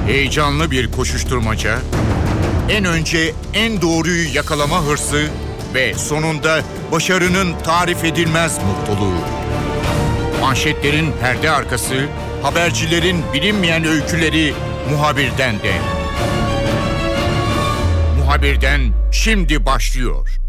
Heyecanlı bir koşuşturmaca, en önce en doğruyu yakalama hırsı ve sonunda başarının tarif edilmez mutluluğu. Manşetlerin perde arkası, habercilerin bilinmeyen öyküleri Muhabir'den de. Muhabir'den şimdi başlıyor.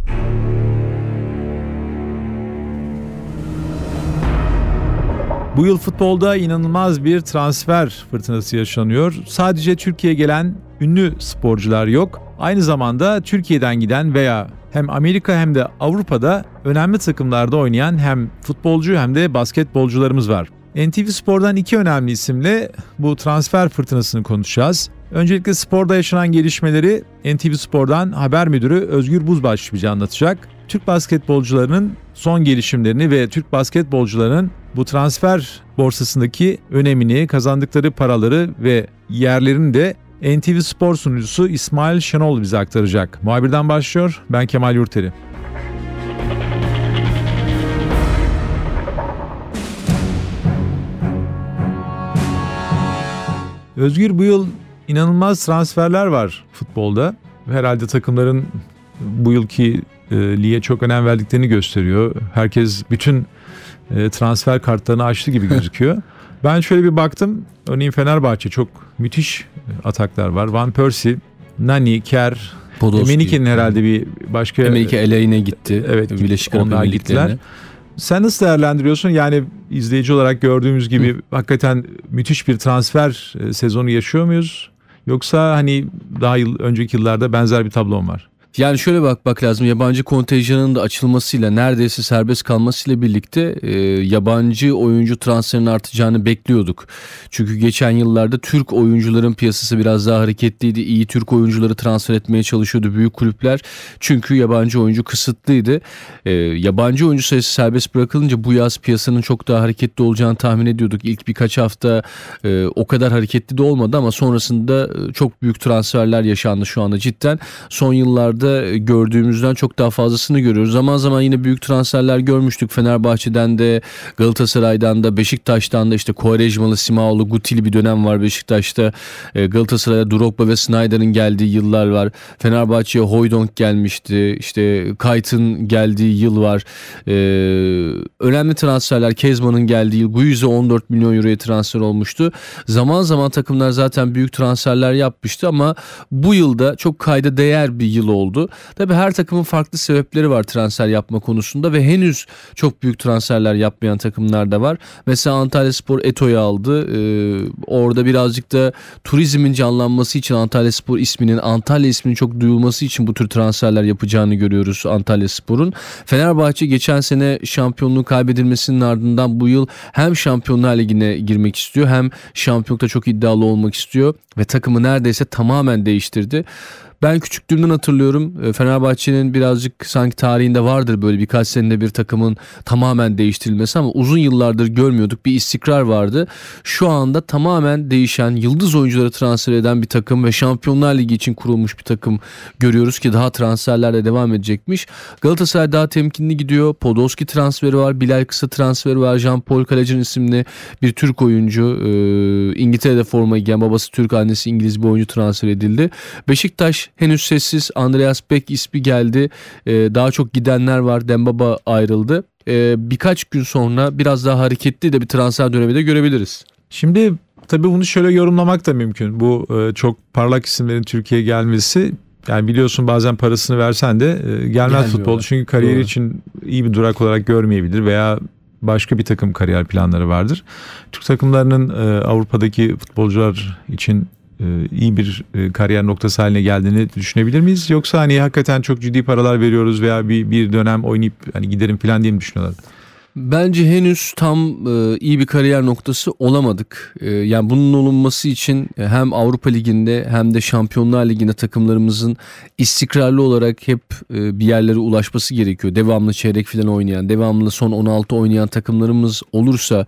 Bu yıl futbolda inanılmaz bir transfer fırtınası yaşanıyor. Sadece Türkiye'ye gelen ünlü sporcular yok. Aynı zamanda Türkiye'den giden veya hem Amerika hem de Avrupa'da önemli takımlarda oynayan hem futbolcu hem de basketbolcularımız var. NTV Spor'dan iki önemli isimle bu transfer fırtınasını konuşacağız. Öncelikle sporda yaşanan gelişmeleri NTV Spor'dan haber müdürü Özgür Buzbaş bize anlatacak. Türk basketbolcularının son gelişimlerini ve Türk basketbolcularının bu transfer borsasındaki önemini, kazandıkları paraları ve yerlerini de NTV Spor sunucusu İsmail Şenol bize aktaracak. Muhabirden başlıyor, ben Kemal Yurteri. Özgür, bu yıl inanılmaz transferler var futbolda. Herhalde takımların bu yılki lige çok önem verdiklerini gösteriyor. Herkes bütün transfer kartlarını açtı gibi gözüküyor. Ben şöyle bir baktım. Örneğin Fenerbahçe çok müthiş ataklar var. Van Persie, Nani, Kerr, Emenike'nin herhalde bir başka... Emenike Eleyne gitti. Evet, Birleşik Arap onlar gittiler. Sen nasıl değerlendiriyorsun? Yani izleyici olarak gördüğümüz gibi hakikaten müthiş bir transfer sezonu yaşıyor muyuz? Yoksa hani daha önceki yıllarda benzer bir tablo var? Yani şöyle bakmak lazım, yabancı kontenjanının da açılmasıyla, neredeyse serbest kalmasıyla birlikte yabancı oyuncu transferinin artacağını bekliyorduk. Çünkü geçen yıllarda Türk oyuncuların piyasası biraz daha hareketliydi. İyi Türk oyuncuları transfer etmeye çalışıyordu büyük kulüpler. Çünkü yabancı oyuncu kısıtlıydı. Yabancı oyuncu sayısı serbest bırakılınca bu yaz piyasanın çok daha hareketli olacağını tahmin ediyorduk. İlk birkaç hafta o kadar hareketli de olmadı ama sonrasında çok büyük transferler yaşandı şu anda cidden. Son yıllarda gördüğümüzden çok daha fazlasını görüyoruz. Zaman zaman yine büyük transferler görmüştük. Fenerbahçe'den de, Galatasaray'dan da, Beşiktaş'tan da işte Quaresmalı, Simaoğlu, Gutili bir dönem var Beşiktaş'ta. Galatasaray'da Drogba ve Snyder'ın geldiği yıllar var. Fenerbahçe'ye Hoydonk gelmişti. İşte Kayt'ın geldiği yıl var. Önemli transferler, Kezman'ın geldiği yıl. Guiza 14 milyon euroya transfer olmuştu. Zaman zaman takımlar zaten büyük transferler yapmıştı ama bu yılda çok kayda değer bir yıl oldu. Tabii her takımın farklı sebepleri var transfer yapma konusunda ve henüz çok büyük transferler yapmayan takımlar da var. Mesela Antalyaspor Eto'yu aldı. Orada birazcık da turizmin canlanması için Antalya isminin çok duyulması için bu tür transferler yapacağını görüyoruz Antalyaspor'un. Fenerbahçe geçen sene şampiyonluğu kaybedilmesinin ardından bu yıl hem Şampiyonlar Ligi'ne girmek istiyor hem şampiyonlukta çok iddialı olmak istiyor ve takımı neredeyse tamamen değiştirdi. Ben küçüklüğümden hatırlıyorum, Fenerbahçe'nin birazcık sanki tarihinde vardır böyle birkaç senede bir takımın tamamen değiştirilmesi ama uzun yıllardır görmüyorduk, bir istikrar vardı. Şu anda tamamen değişen, yıldız oyuncuları transfer eden bir takım ve Şampiyonlar Ligi için kurulmuş bir takım görüyoruz ki daha transferler de devam edecekmiş. Galatasaray daha temkinli gidiyor. Podolski transferi var, Bilal Kısa transferi var, Jean-Paul Kalajin isimli bir Türk oyuncu, İngiltere'de forma giyen, babası Türk, annesi İngiliz bir oyuncu transfer edildi. Beşiktaş henüz sessiz. Andreas Beck ismi geldi. Daha çok gidenler var. Dembaba ayrıldı. Birkaç gün sonra biraz daha hareketli de bir transfer dönemi de görebiliriz. Şimdi tabii bunu şöyle yorumlamak da mümkün. Bu çok parlak isimlerin Türkiye'ye gelmesi, yani biliyorsun bazen parasını versen de gelmez futbolcu. Çünkü kariyeri için iyi bir durak olarak görmeyebilir veya başka bir takım kariyer planları vardır. Türk takımlarının Avrupa'daki futbolcular için iyi bir kariyer noktası haline geldiğini düşünebilir miyiz? Yoksa hani hakikaten çok ciddi paralar veriyoruz veya bir dönem oynayıp hani giderim falan diye mi düşünüyorlar? Bence henüz tam iyi bir kariyer noktası olamadık. Yani bunun olunması için hem Avrupa Ligi'nde hem de Şampiyonlar Ligi'nde takımlarımızın istikrarlı olarak hep bir yerlere ulaşması gerekiyor. Devamlı çeyrek final oynayan, devamlı son 16 oynayan takımlarımız olursa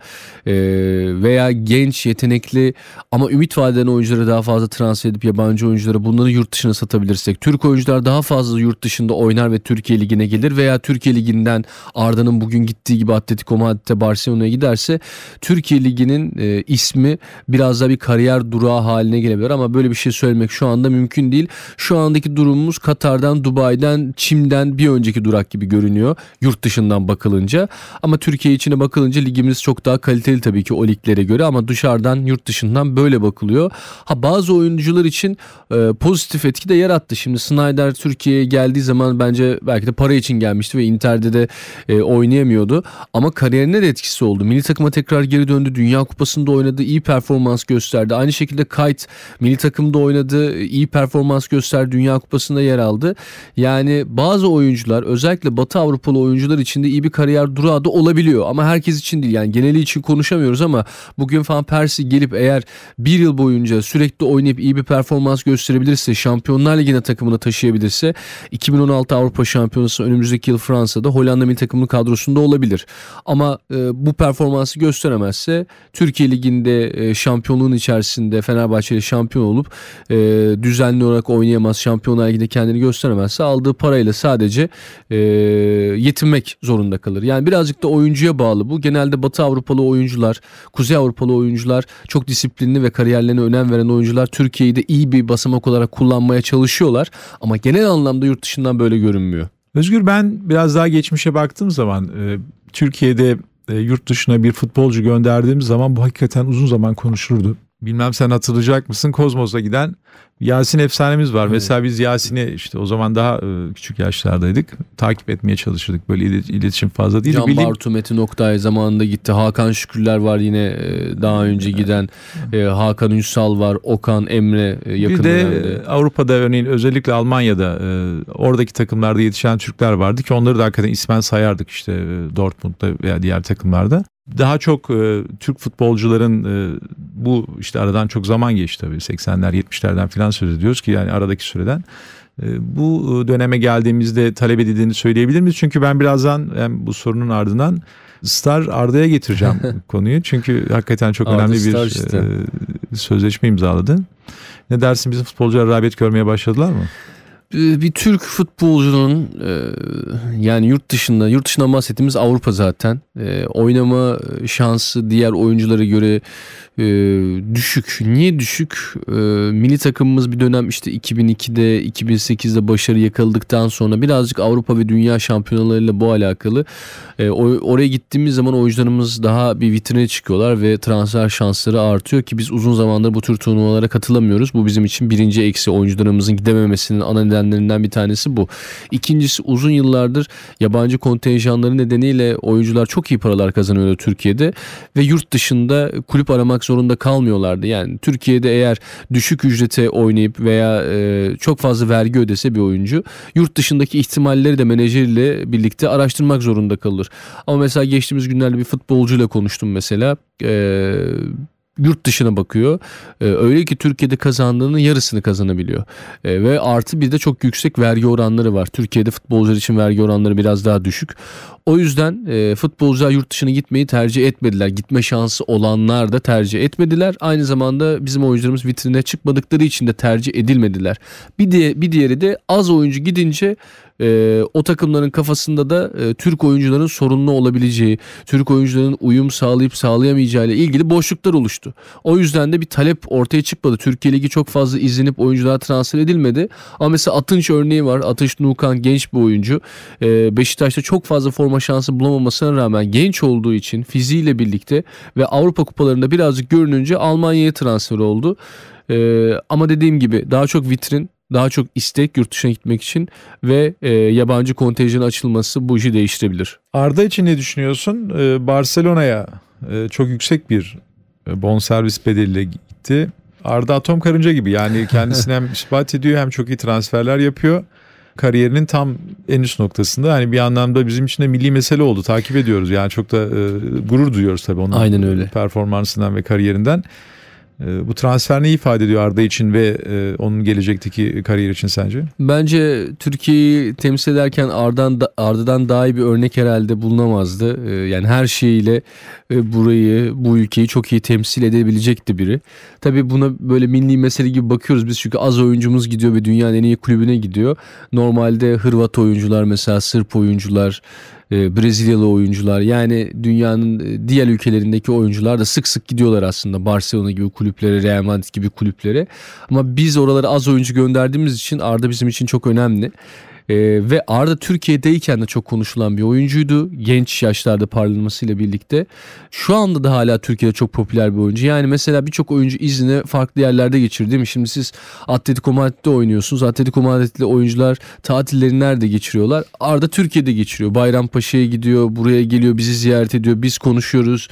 veya genç, yetenekli ama ümit vaat eden oyuncuları daha fazla transfer edip yabancı oyunculara bunları yurt dışına satabilirsek, Türk oyuncular daha fazla yurt dışında oynar ve Türkiye Ligi'ne gelir veya Türkiye Ligi'nden Arda'nın bugün gittiği gibi Atletico Madrid'e, Barcelona'ya giderse Türkiye Ligi'nin ismi biraz daha bir kariyer durağı haline gelebilir ama böyle bir şey söylemek şu anda mümkün değil. Şu andaki durumumuz Katar'dan, Dubai'den, Çim'den bir önceki durak gibi görünüyor yurt dışından bakılınca. Ama Türkiye içine bakılınca ligimiz çok daha kaliteli tabii ki o liglere göre ama dışarıdan, yurt dışından böyle bakılıyor. Bazı oyuncular için pozitif etki de yarattı. Şimdi Snyder Türkiye'ye geldiği zaman bence belki de para için gelmişti ve Inter'de de oynayamıyordu. Ama kariyerine de etkisi oldu. Milli takıma tekrar geri döndü. Dünya Kupası'nda oynadı. İyi performans gösterdi. Aynı şekilde Kayt milli takımda oynadı. İyi performans gösterdi. Dünya Kupası'nda yer aldı. Yani bazı oyuncular, özellikle Batı Avrupalı oyuncular için de iyi bir kariyer durağı da olabiliyor. Ama herkes için değil. Yani geneli için konuşamıyoruz ama bugün Van Persie gelip eğer bir yıl boyunca sürekli oynayıp iyi bir performans gösterebilirse, Şampiyonlar Ligi'ne takımını taşıyabilirse 2016 Avrupa Şampiyonası önümüzdeki yıl Fransa'da Hollanda milli takımının kadrosunda olabilir. Ama bu performansı gösteremezse Türkiye Ligi'nde şampiyonluğun içerisinde Fenerbahçe ile şampiyon olup düzenli olarak oynayamaz, Şampiyonlar Ligi'nde kendini gösteremezse aldığı parayla sadece yetinmek zorunda kalır. Yani birazcık da oyuncuya bağlı bu. Genelde Batı Avrupalı oyuncular, Kuzey Avrupalı oyuncular, çok disiplinli ve kariyerlerine önem veren oyuncular Türkiye'yi de iyi bir basamak olarak kullanmaya çalışıyorlar. Ama genel anlamda yurt dışından böyle görünmüyor. Özgür, ben biraz daha geçmişe baktığım zaman Türkiye'de yurt dışına bir futbolcu gönderdiğimiz zaman bu hakikaten uzun zaman konuşulurdu. Bilmem sen hatırlayacak mısın? Kozmos'a giden Yasin efsanemiz var. Evet. Mesela biz Yasin'i işte o zaman daha küçük yaşlardaydık. Takip etmeye çalışırdık. Böyle iletişim fazla değil. Can Bartu, Metin Oktay zamanında gitti. Hakan Şükürler var yine daha önce giden. Hakan Ünsal var. Okan, Emre yakın bir dönemde. De Avrupa'da örneğin özellikle Almanya'da oradaki takımlarda yetişen Türkler vardı ki onları da hakikaten ismen sayardık işte Dortmund'da veya diğer takımlarda. Daha çok Türk futbolcuların bu işte aradan çok zaman geçti tabii 80'ler 70'lerden falan söz ediyoruz ki yani aradaki süreden. Bu döneme geldiğimizde talep edildiğini söyleyebilir miyiz? Çünkü ben birazdan bu sorunun ardından Star Arda'ya getireceğim konuyu. Çünkü hakikaten çok önemli bir işte sözleşme imzaladı. Ne dersin, bizim futbolcular rağbet görmeye başladılar mı? Bir Türk futbolcunun yani yurt dışından bahsettiğimiz Avrupa zaten oynama şansı diğer oyunculara göre düşük. Niye düşük? Milli takımımız bir dönem işte 2002'de 2008'de başarı yakaladıktan sonra birazcık Avrupa ve dünya şampiyonalarıyla bu alakalı. Oraya gittiğimiz zaman oyuncularımız daha bir vitrine çıkıyorlar ve transfer şansları artıyor ki biz uzun zamandır bu tür turnuvalara katılamıyoruz. Bu bizim için birinci eksi, oyuncularımızın gidememesinin ana nedenlerinden bir tanesi bu. İkincisi, uzun yıllardır yabancı kontenjanları nedeniyle oyuncular çok iyi paralar kazanıyordu Türkiye'de ve yurt dışında kulüp aramak zorunda kalmıyorlardı. Yani Türkiye'de eğer düşük ücrete oynayıp veya çok fazla vergi ödese bir oyuncu yurt dışındaki ihtimalleri de menajeriyle birlikte araştırmak zorunda kalır. Ama mesela geçtiğimiz günlerde bir futbolcuyla konuştum mesela. Yurt dışına bakıyor. Öyle ki Türkiye'de kazandığının yarısını kazanabiliyor. Ve artı bir de çok yüksek vergi oranları var. Türkiye'de futbolcular için vergi oranları biraz daha düşük. O yüzden futbolcular yurt dışına gitmeyi tercih etmediler. Gitme şansı olanlar da tercih etmediler. Aynı zamanda bizim oyuncularımız vitrine çıkmadıkları için de tercih edilmediler. Bir diğeri de az oyuncu gidince o takımların kafasında da Türk oyuncuların sorunlu olabileceği, Türk oyuncuların uyum sağlayıp sağlayamayacağı ile ilgili boşluklar oluştu. O yüzden de bir talep ortaya çıkmadı. Türkiye Ligi çok fazla izlenip oyuncular transfer edilmedi. Ama mesela Atınç örneği var. Atınç Nukan genç bir oyuncu. Beşiktaş'ta çok fazla forma şansı bulamamasına rağmen genç olduğu için fiziğiyle birlikte ve Avrupa kupalarında birazcık görününce Almanya'ya transfer oldu. Ama dediğim gibi daha çok vitrin, daha çok istek yurt dışına gitmek için ve yabancı kontenjanın açılması bu işi değiştirebilir. Arda için ne düşünüyorsun? Barcelona'ya çok yüksek bir bonservis bedeliyle gitti. Arda atom karınca gibi, yani kendisini hem ispat ediyor hem çok iyi transferler yapıyor. Kariyerinin tam en üst noktasında. Hani bir anlamda bizim için de milli mesele oldu. Takip ediyoruz. Yani çok da gurur duyuyoruz tabii onun aynen öyle performansından ve kariyerinden. Bu transfer ne ifade ediyor Arda için ve onun gelecekteki kariyer için sence? Bence Türkiye'yi temsil ederken Arda'dan daha iyi bir örnek herhalde bulunamazdı. Yani her şeyiyle bu ülkeyi çok iyi temsil edebilecekti biri. Tabii buna böyle milli mesele gibi bakıyoruz biz, çünkü az oyuncumuz gidiyor ve dünyanın en iyi kulübüne gidiyor. Normalde Hırvat oyuncular, mesela Sırp oyuncular, Brezilyalı oyuncular, yani dünyanın diğer ülkelerindeki oyuncular da sık sık gidiyorlar aslında Barcelona gibi kulüplere, Real Madrid gibi kulüplere. Ama biz oralara az oyuncu gönderdiğimiz için Arda bizim için çok önemli. Ve Arda Türkiye'deyken de çok konuşulan bir oyuncuydu. Genç yaşlarda parlamasıyla birlikte. Şu anda da hala Türkiye'de çok popüler bir oyuncu. Yani mesela birçok oyuncu izni farklı yerlerde geçirir değil mi? Şimdi siz Atletico Madrid'de oynuyorsunuz. Atletico Madrid'li oyuncular tatilleri nerede geçiriyorlar? Arda Türkiye'de geçiriyor. Bayrampaşa'ya gidiyor, buraya geliyor, bizi ziyaret ediyor. Biz konuşuyoruz.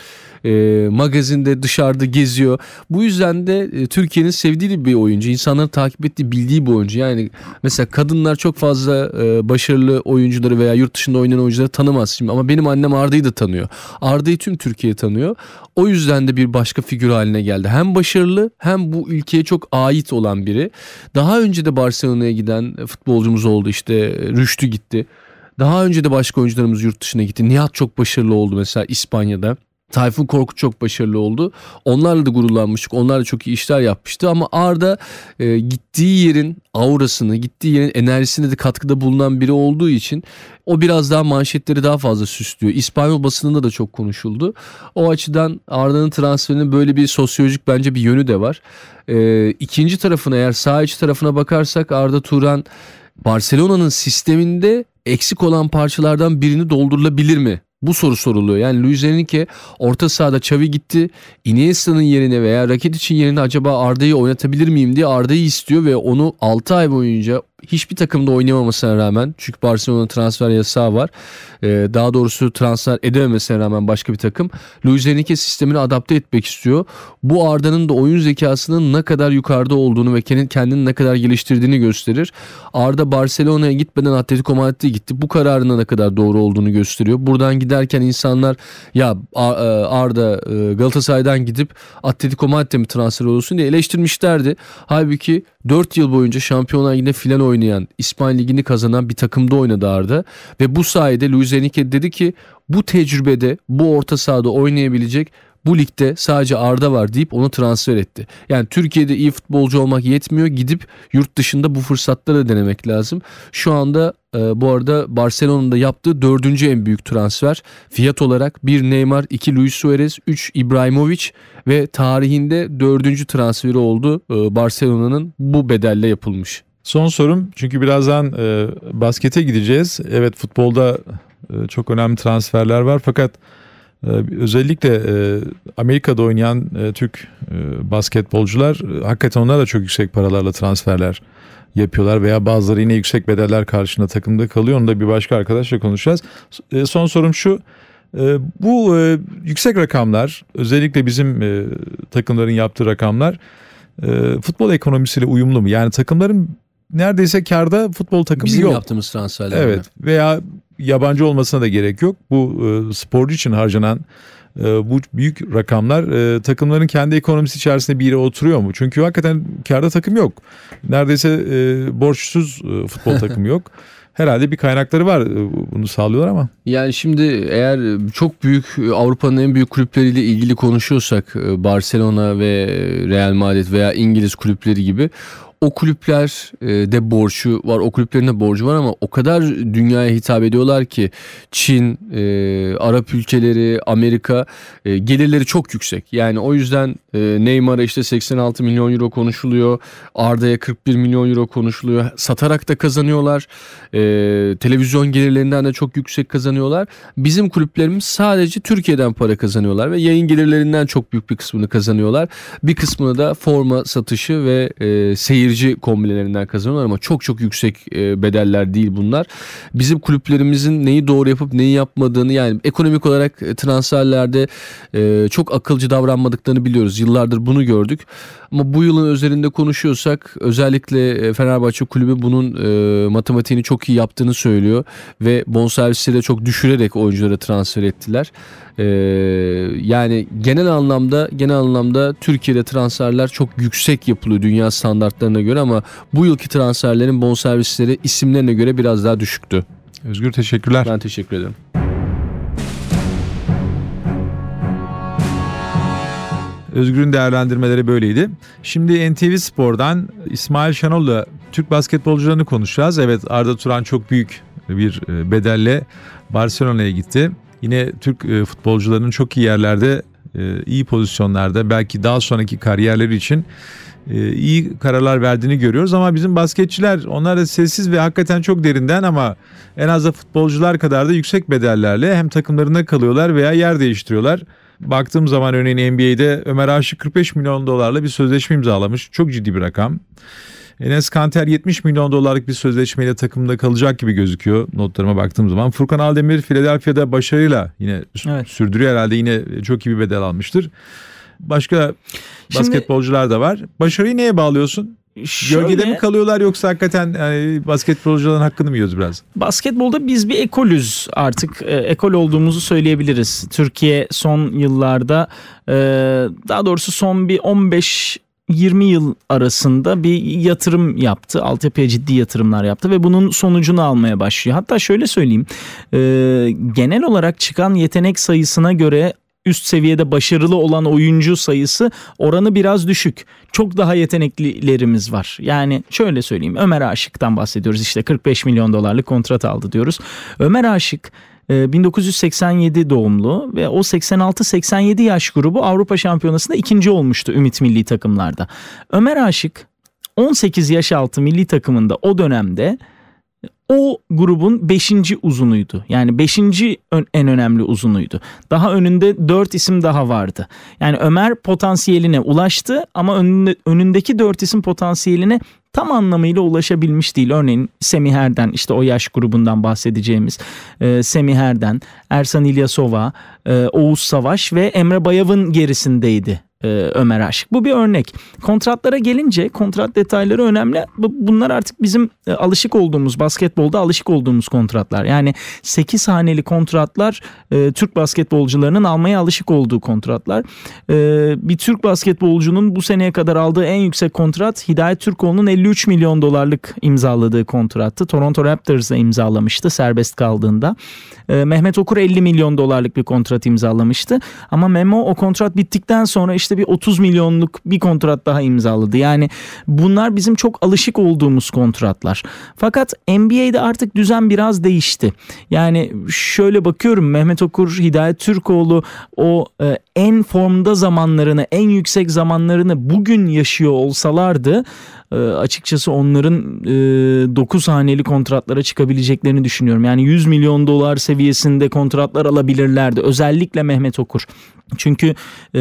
Magazinde, dışarıda geziyor. Bu yüzden de Türkiye'nin sevdiği bir oyuncu. İnsanların takip ettiği, bildiği bir oyuncu. Yani mesela kadınlar çok fazla başarılı oyuncuları veya yurt dışında oynayan oyuncuları tanımaz şimdi. Ama benim annem Arda'yı da tanıyor. Arda'yı tüm Türkiye tanıyor. O yüzden de bir başka figür haline geldi. Hem başarılı hem bu ülkeye çok ait olan biri. Daha önce de Barcelona'ya giden futbolcumuz oldu. İşte Rüştü gitti. Daha önce de başka oyuncularımız yurt dışına gitti. Nihat çok başarılı oldu mesela İspanya'da. Tayfun Korkut çok başarılı oldu. Onlarla da gururlanmıştık. Onlar da çok iyi işler yapmıştı. Ama Arda gittiği yerin aurasını, gittiği yerin enerjisine de katkıda bulunan biri olduğu için o biraz daha manşetleri daha fazla süslüyor. İspanyol basınında da çok konuşuldu. O açıdan Arda'nın transferinin böyle bir sosyolojik bence bir yönü de var. İkinci tarafına, eğer sağ içi tarafına bakarsak, Arda Turan Barcelona'nın sisteminde eksik olan parçalardan birini doldurulabilir mi? Bu soru soruluyor. Yani Luis Enrique orta sahada Xavi gitti. Iniesta'nın yerine veya Rakitic'in yerine acaba Arda'yı oynatabilir miyim diye Arda'yı istiyor ve onu 6 ay boyunca hiçbir takımda oynamamasına rağmen, çünkü Barcelona'nın transfer yasağı var. Daha doğrusu transfer edememesine rağmen başka bir takım Luis Enrique sistemini adapte etmek istiyor. Bu Arda'nın da oyun zekasının ne kadar yukarıda olduğunu ve kendini ne kadar geliştirdiğini gösterir. Arda Barcelona'ya gitmeden Atletico Madrid'e gitti. Bu kararının ne kadar doğru olduğunu gösteriyor. Buradan giderken insanlar ya Arda Galatasaray'dan gidip Atletico Madrid'e mi transfer olursun diye eleştirmişlerdi. Halbuki 4 yıl boyunca Şampiyonlar Ligi'nde filan oynayan, İspanya Ligi'ni kazanan bir takımda oynadı Arda. Ve bu sayede Luis Enrique dedi ki bu tecrübede, bu orta sahada oynayabilecek bu ligde sadece Arda var deyip onu transfer etti. Yani Türkiye'de iyi futbolcu olmak yetmiyor. Gidip yurt dışında bu fırsatları denemek lazım. Şu anda bu arada Barcelona'nın da yaptığı 4. en büyük transfer. Fiyat olarak 1 Neymar, 2 Luis Suarez, 3 İbrahimovic ve tarihinde 4. transferi oldu. Barcelona'nın bu bedelle yapılmış. Son sorum, çünkü birazdan baskete gideceğiz. Evet, futbolda çok önemli transferler var fakat özellikle Amerika'da oynayan Türk basketbolcular hakikaten onlar da çok yüksek paralarla transferler yapıyorlar veya bazıları yine yüksek bedeller karşılığında takımda kalıyor. Onu da bir başka arkadaşla konuşacağız. Son sorum şu: bu yüksek rakamlar, özellikle bizim takımların yaptığı rakamlar futbol ekonomisiyle uyumlu mu? Yani takımların neredeyse kârda futbol takımı bizim yok. Bizim yaptığımız transferler. Evet, veya yabancı olmasına da gerek yok. Bu sporcu için harcanan bu büyük rakamlar takımların kendi ekonomisi içerisinde bir yere oturuyor mu? Çünkü hakikaten kârda takım yok. Neredeyse borçsuz futbol takımı yok. Herhalde bir kaynakları var, bunu sağlıyorlar ama. Yani şimdi eğer çok büyük, Avrupa'nın en büyük kulüpleriyle ilgili konuşuyorsak, Barcelona ve Real Madrid veya İngiliz kulüpleri gibi, o kulüpler de borcu var, o kulüplerin de borcu var ama o kadar dünyaya hitap ediyorlar ki Çin, Arap ülkeleri, Amerika gelirleri çok yüksek. Yani o yüzden Neymar'a işte 86 milyon euro konuşuluyor, Arda'ya 41 milyon euro konuşuluyor. Satarak da kazanıyorlar, televizyon gelirlerinden de çok yüksek kazanıyorlar. Bizim kulüplerimiz sadece Türkiye'den para kazanıyorlar ve yayın gelirlerinden çok büyük bir kısmını kazanıyorlar. Bir kısmını da forma satışı ve seyirci kombinelerinden kazanıyorlar ama çok çok yüksek bedeller değil bunlar. Bizim kulüplerimizin neyi doğru yapıp neyi yapmadığını, yani ekonomik olarak transferlerde çok akılcı davranmadıklarını biliyoruz. Yıllardır bunu gördük. Ama bu yılın özelinde konuşuyorsak, özellikle Fenerbahçe kulübü bunun matematiğini çok iyi yaptığını söylüyor ve bonservisleri de çok düşürerek oyunculara transfer ettiler. Yani genel anlamda Türkiye'de transferler çok yüksek yapılıyor dünya standartlarına göre ama bu yılki transferlerin bonservisleri isimlerine göre biraz daha düşüktü. Özgür, teşekkürler. Ben teşekkür ederim. Özgür'ün değerlendirmeleri böyleydi. Şimdi NTV Spor'dan İsmail Şenol'la Türk basketbolcularını konuşacağız. Evet, Arda Turan çok büyük bir bedelle Barcelona'ya gitti. Yine Türk futbolcularının çok iyi yerlerde, iyi pozisyonlarda, belki daha sonraki kariyerleri için iyi kararlar verdiğini görüyoruz. Ama bizim basketçiler, onlar da sessiz ve hakikaten çok derinden ama en az da futbolcular kadar da yüksek bedellerle hem takımlarında kalıyorlar veya yer değiştiriyorlar. Baktığım zaman örneğin NBA'de Ömer Aşık 45 milyon dolarla bir sözleşme imzalamış. Çok ciddi bir rakam. Enes Kanter 70 milyon dolarlık bir sözleşmeyle takımda kalacak gibi gözüküyor notlarıma baktığım zaman. Furkan Aldemir Philadelphia'da başarıyla yine sürdürüyor, herhalde yine çok iyi bir bedel almıştır. Başka basketbolcular da var. Başarıyı neye bağlıyorsun? Gölgede mi kalıyorlar yoksa hakikaten yani basketbolcuların hakkını mı yiyoruz biraz? Basketbolda biz bir ekolüz artık. Ekol olduğumuzu söyleyebiliriz. Türkiye son yıllarda, daha doğrusu son bir 15-20 yıl arasında bir yatırım yaptı. Altyapıya ciddi yatırımlar yaptı ve bunun sonucunu almaya başlıyor. Hatta şöyle söyleyeyim. Genel olarak çıkan yetenek sayısına göre üst seviyede başarılı olan oyuncu sayısı oranı biraz düşük. Çok daha yeteneklilerimiz var. Yani şöyle söyleyeyim, Ömer Aşık'tan bahsediyoruz. İşte 45 milyon dolarlık kontrat aldı diyoruz. Ömer Aşık 1987 doğumlu ve o 86-87 yaş grubu Avrupa Şampiyonası'nda ikinci olmuştu Ümit milli takımlarda. Ömer Aşık 18 yaş altı milli takımında o dönemde o grubun 5. uzunuydu. Yani 5. en önemli uzunuydu. Daha önünde 4 isim daha vardı. Yani Ömer potansiyeline ulaştı ama önündeki 4 isim potansiyeline tam anlamıyla ulaşabilmiş değil. Örneğin Semih Erden, işte o yaş grubundan bahsedeceğimiz Semih Erden, Ersan İlyasova, Oğuz Savaş ve Emre Bayav'ın gerisindeydi Ömer Aşık. Bu bir örnek. Kontratlara gelince kontrat detayları önemli. Bunlar artık bizim alışık olduğumuz, basketbolda alışık olduğumuz kontratlar. Yani 8 haneli kontratlar Türk basketbolcularının almaya alışık olduğu kontratlar. Bir Türk basketbolcunun bu seneye kadar aldığı en yüksek kontrat Hidayet Türkoğlu'nun 53 milyon dolarlık imzaladığı kontrattı. Toronto Raptors'la imzalamıştı serbest kaldığında. Mehmet Okur 50 milyon dolarlık bir kontrat imzalamıştı. Ama Memo o kontrat bittikten sonra işte bir 30 milyonluk bir kontrat daha imzaladı. Yani bunlar bizim çok alışık olduğumuz kontratlar. Fakat NBA'de artık düzen biraz değişti. Yani şöyle bakıyorum, Mehmet Okur, Hidayet Türkoğlu o en formda zamanlarını, en yüksek zamanlarını bugün yaşıyor olsalardı açıkçası onların 9 haneli kontratlara çıkabileceklerini düşünüyorum. Yani 100 milyon dolar seviyesinde kontratlar alabilirlerdi. Özellikle Mehmet Okur. Çünkü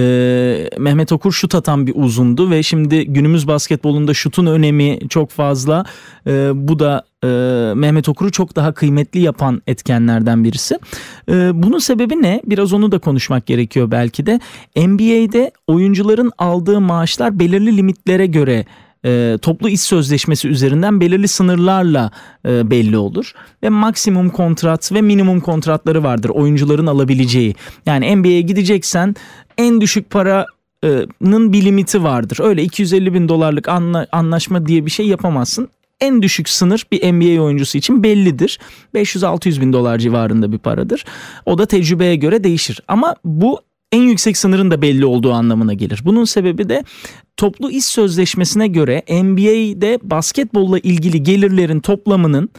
Mehmet Okur şut atan bir uzundu ve şimdi günümüz basketbolunda şutun önemi çok fazla. Bu da Mehmet Okur'u çok daha kıymetli yapan etkenlerden birisi. Bunun sebebi ne? Biraz onu da konuşmak gerekiyor belki de. NBA'de oyuncuların aldığı maaşlar belirli limitlere göre toplu iş sözleşmesi üzerinden belirli sınırlarla belli olur ve maksimum kontrat ve minimum kontratları vardır oyuncuların alabileceği. Yani NBA'ye gideceksen en düşük paranın bir limiti vardır. Öyle 250 bin dolarlık anlaşma diye bir şey yapamazsın. En düşük sınır bir NBA oyuncusu için bellidir. 500-600 bin dolar civarında bir paradır. O da tecrübeye göre değişir. Ama bu en yüksek sınırın da belli olduğu anlamına gelir. Bunun sebebi de toplu iş sözleşmesine göre NBA'de basketbolla ilgili gelirlerin toplamının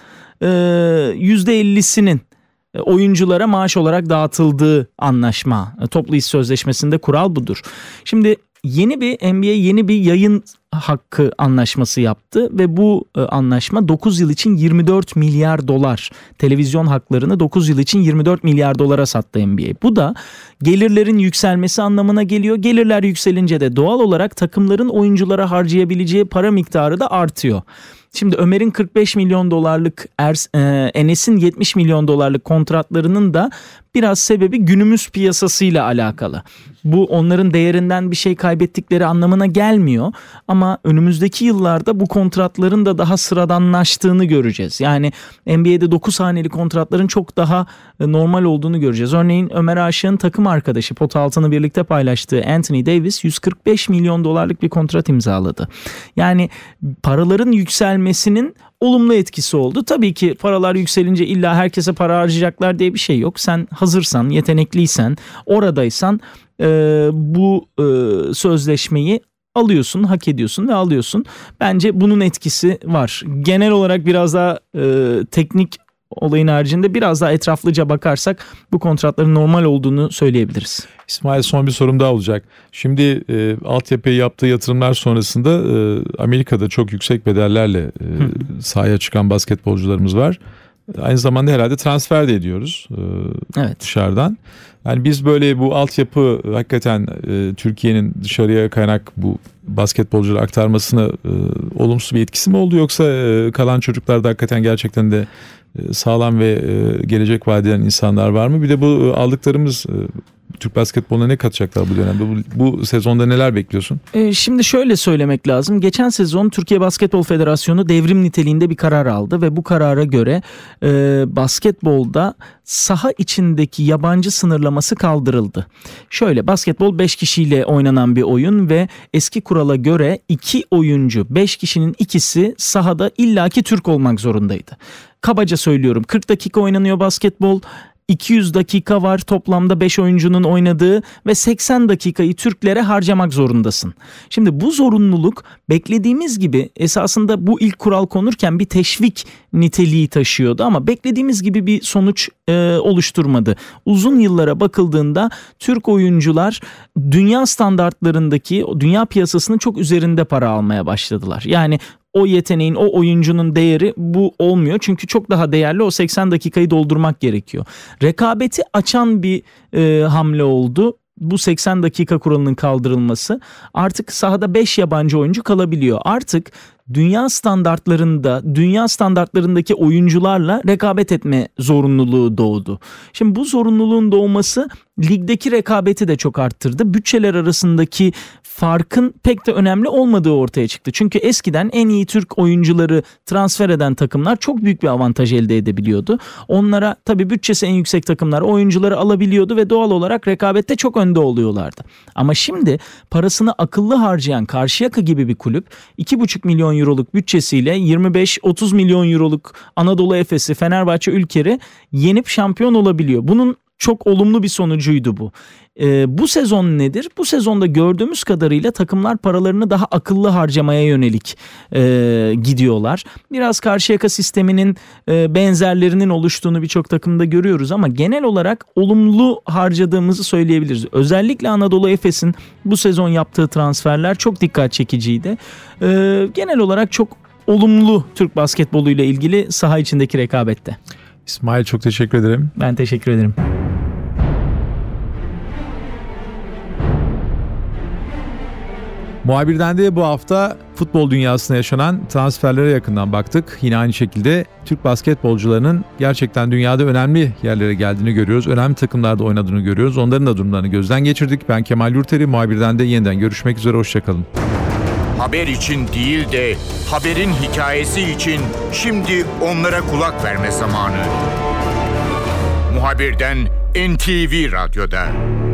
%50'sinin oyunculara maaş olarak dağıtıldığı anlaşma. Toplu iş sözleşmesinde kural budur. Şimdi NBA yeni bir yayın hakkı anlaşması yaptı ve bu anlaşma 9 yıl için 24 milyar dolar, televizyon haklarını 9 yıl için 24 milyar dolara sattı NBA. Bu da gelirlerin yükselmesi anlamına geliyor. Gelirler yükselince de doğal olarak takımların oyunculara harcayabileceği para miktarı da artıyor. Şimdi Ömer'in 45 milyon dolarlık, Enes'in 70 milyon dolarlık kontratlarının da biraz sebebi günümüz piyasasıyla alakalı. Bu onların değerinden bir şey kaybettikleri anlamına gelmiyor ama önümüzdeki yıllarda bu kontratların da daha sıradanlaştığını göreceğiz. Yani NBA'de 9 haneli kontratların çok daha normal olduğunu göreceğiz. Örneğin Ömer Aşık'ın takım arkadaşı, pot altını birlikte paylaştığı Anthony Davis 145 milyon dolarlık bir kontrat imzaladı. Yani paraların yükselmesinin olumlu etkisi oldu. Tabii ki paralar yükselince illa herkese para harcayacaklar diye bir şey yok. Sen hazırsan, yetenekliysen, oradaysan bu sözleşmeyi alıyorsun, hak ediyorsun ve alıyorsun. Bence bunun etkisi var. Genel olarak biraz daha teknik olayın haricinde biraz daha etraflıca bakarsak bu kontratların normal olduğunu söyleyebiliriz. İsmail, son bir sorum daha olacak. Şimdi altyapıya yaptığı yatırımlar sonrasında Amerika'da çok yüksek bedellerle sahaya çıkan basketbolcularımız var. Aynı zamanda herhalde transfer de ediyoruz Evet. dışarıdan. Yani biz böyle bu altyapı hakikaten Türkiye'nin dışarıya kaynak bu basketbolcuları aktarmasına olumsuz bir etkisi mi oldu, yoksa kalan çocuklarda hakikaten gerçekten de sağlam ve gelecek vaat eden insanlar var mı? Bir de bu aldıklarımız Türk basketboluna ne katacaklar bu dönemde? Bu sezonda neler bekliyorsun? Şimdi şöyle söylemek lazım. Geçen sezon Türkiye Basketbol Federasyonu devrim niteliğinde bir karar aldı ve bu karara göre basketbolda saha içindeki yabancı sınırlaması kaldırıldı. Şöyle, basketbol 5 kişiyle oynanan bir oyun ve eski kurala göre 2 oyuncu, 5 kişinin ikisi sahada illaki Türk olmak zorundaydı. Kabaca söylüyorum, 40 dakika oynanıyor basketbol. 200 dakika var toplamda 5 oyuncunun oynadığı ve 80 dakikayı Türklere harcamak zorundasın. Şimdi bu zorunluluk beklediğimiz gibi esasında bu ilk kural konurken bir teşvik niteliği taşıyordu ama beklediğimiz gibi bir sonuç oluşturmadı. Uzun yıllara bakıldığında Türk oyuncular dünya standartlarındaki, dünya piyasasının çok üzerinde para almaya başladılar. Yani o yeteneğin, o oyuncunun değeri bu olmuyor. Çünkü çok daha değerli o 80 dakikayı doldurmak gerekiyor. Rekabeti açan bir hamle oldu. Bu 80 dakika kuralının kaldırılması. Artık sahada 5 yabancı oyuncu kalabiliyor. Artık dünya standartlarındaki oyuncularla rekabet etme zorunluluğu doğdu. Şimdi bu zorunluluğun doğması ligdeki rekabeti de çok arttırdı. Bütçeler arasındaki farkın pek de önemli olmadığı ortaya çıktı. Çünkü eskiden en iyi Türk oyuncuları transfer eden takımlar çok büyük bir avantaj elde edebiliyordu. Onlara tabii bütçesi en yüksek takımlar oyuncuları alabiliyordu ve doğal olarak rekabette çok önde oluyorlardı. Ama şimdi parasını akıllı harcayan Karşıyaka gibi bir kulüp 2,5 milyon euroluk bütçesiyle 25-30 milyon euroluk Anadolu Efes'i, Fenerbahçe Ülker'i yenip şampiyon olabiliyor. Bunun çok olumlu bir sonucuydu bu. Bu sezon nedir? Bu sezonda gördüğümüz kadarıyla takımlar paralarını daha akıllı harcamaya yönelik gidiyorlar. Biraz Karşıyaka sisteminin benzerlerinin oluştuğunu birçok takımda görüyoruz ama genel olarak olumlu harcadığımızı söyleyebiliriz. Özellikle Anadolu Efes'in bu sezon yaptığı transferler çok dikkat çekiciydi. Genel olarak çok olumlu Türk basketboluyla ilgili saha içindeki rekabette. İsmail, çok teşekkür ederim. Ben teşekkür ederim. Muhabirden de bu hafta futbol dünyasında yaşanan transferlere yakından baktık. Yine aynı şekilde Türk basketbolcularının gerçekten dünyada önemli yerlere geldiğini görüyoruz. Önemli takımlarda oynadığını görüyoruz. Onların da durumlarını gözden geçirdik. Ben Kemal Yurteri, Muhabirden de yeniden görüşmek üzere. Hoşçakalın. Haber için değil de haberin hikayesi için şimdi onlara kulak verme zamanı. Muhabirden NTV Radyo'da.